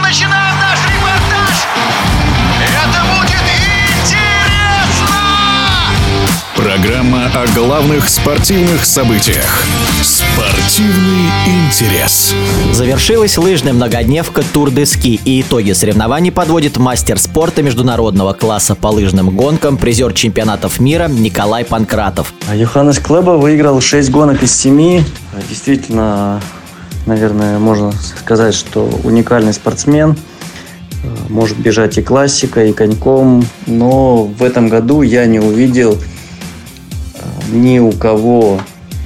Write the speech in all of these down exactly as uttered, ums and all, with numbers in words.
начинаем наш репортаж. Это будет интересно! Программа о главных спортивных событиях. Спортивный интерес. Завершилась лыжная многодневка Тур де Ски, и итоги соревнований подводит мастер спорта международного класса по лыжным гонкам, призер чемпионатов мира Николай Панкратов. Йоханнес Клеба выиграл шесть гонок из семи. Действительно, наверное, можно сказать, что уникальный спортсмен. Может бежать и классикой, и коньком. Но в этом году я не увидел ни у кого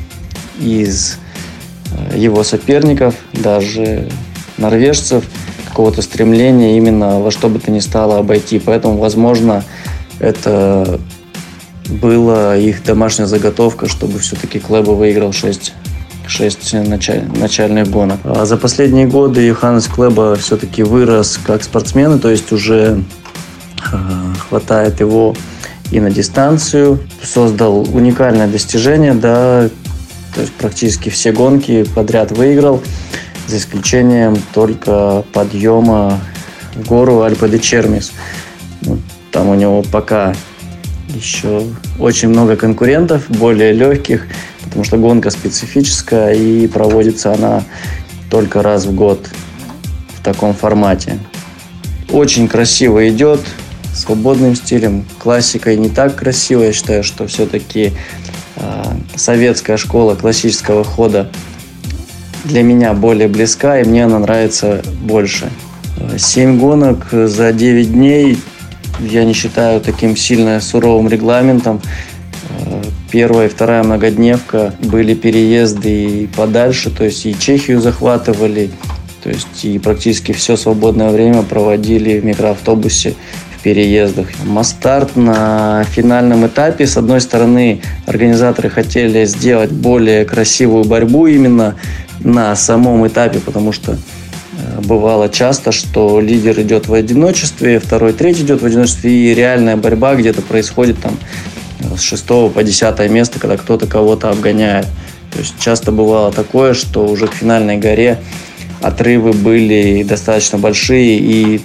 из его соперников, даже норвежцев, какого-то стремления именно во что бы то ни стало обойти. Поэтому, возможно, это была их домашняя заготовка, чтобы все-таки Клеба выиграл шесть, шесть началь, начальных гонок. А за последние годы Йоханнес Клеба все-таки вырос как спортсмен, то есть уже э, хватает его и на дистанцию. Создал уникальное достижение, да, то есть практически все гонки подряд выиграл, за исключением только подъема в гору Альпе де Чермис. Там у него пока еще очень много конкурентов, более легких, потому что гонка специфическая и проводится она только раз в год в таком формате. Очень красиво идет, свободным стилем, классикой не так красиво. Я считаю, что все-таки э, советская школа классического хода для меня более близка, и мне она нравится больше. Семь гонок за девять дней я не считаю таким сильно суровым регламентом. Первая и вторая многодневка были переезды и подальше, то есть и Чехию захватывали, то есть и практически все свободное время проводили в микроавтобусе в переездах. Масстарт на финальном этапе. С одной стороны, организаторы хотели сделать более красивую борьбу именно на самом этапе, потому что бывало часто, что лидер идет в одиночестве, второй, третий идет в одиночестве, и реальная борьба где-то происходит там с шестого по десятое место, когда кто-то кого-то обгоняет. То есть часто бывало такое, что уже к финальной горе отрывы были достаточно большие, и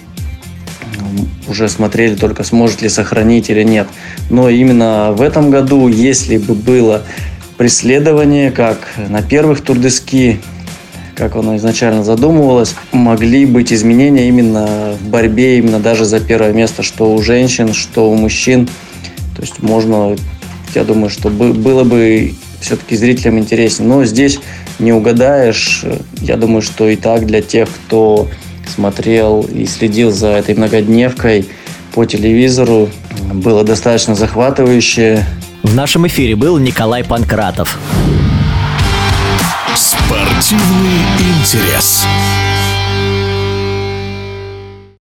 уже смотрели только, сможет ли сохранить или нет. Но именно в этом году, если бы было преследование, как на первых Тур де Ски, как оно изначально задумывалось, могли быть изменения именно в борьбе, именно даже за первое место, что у женщин, что у мужчин. То есть можно, я думаю, что было бы все-таки зрителям интереснее. Но здесь не угадаешь. Я думаю, что и так для тех, кто смотрел и следил за этой многодневкой по телевизору, было достаточно захватывающе. В нашем эфире был Николай Панкратов. Спортивный интерес.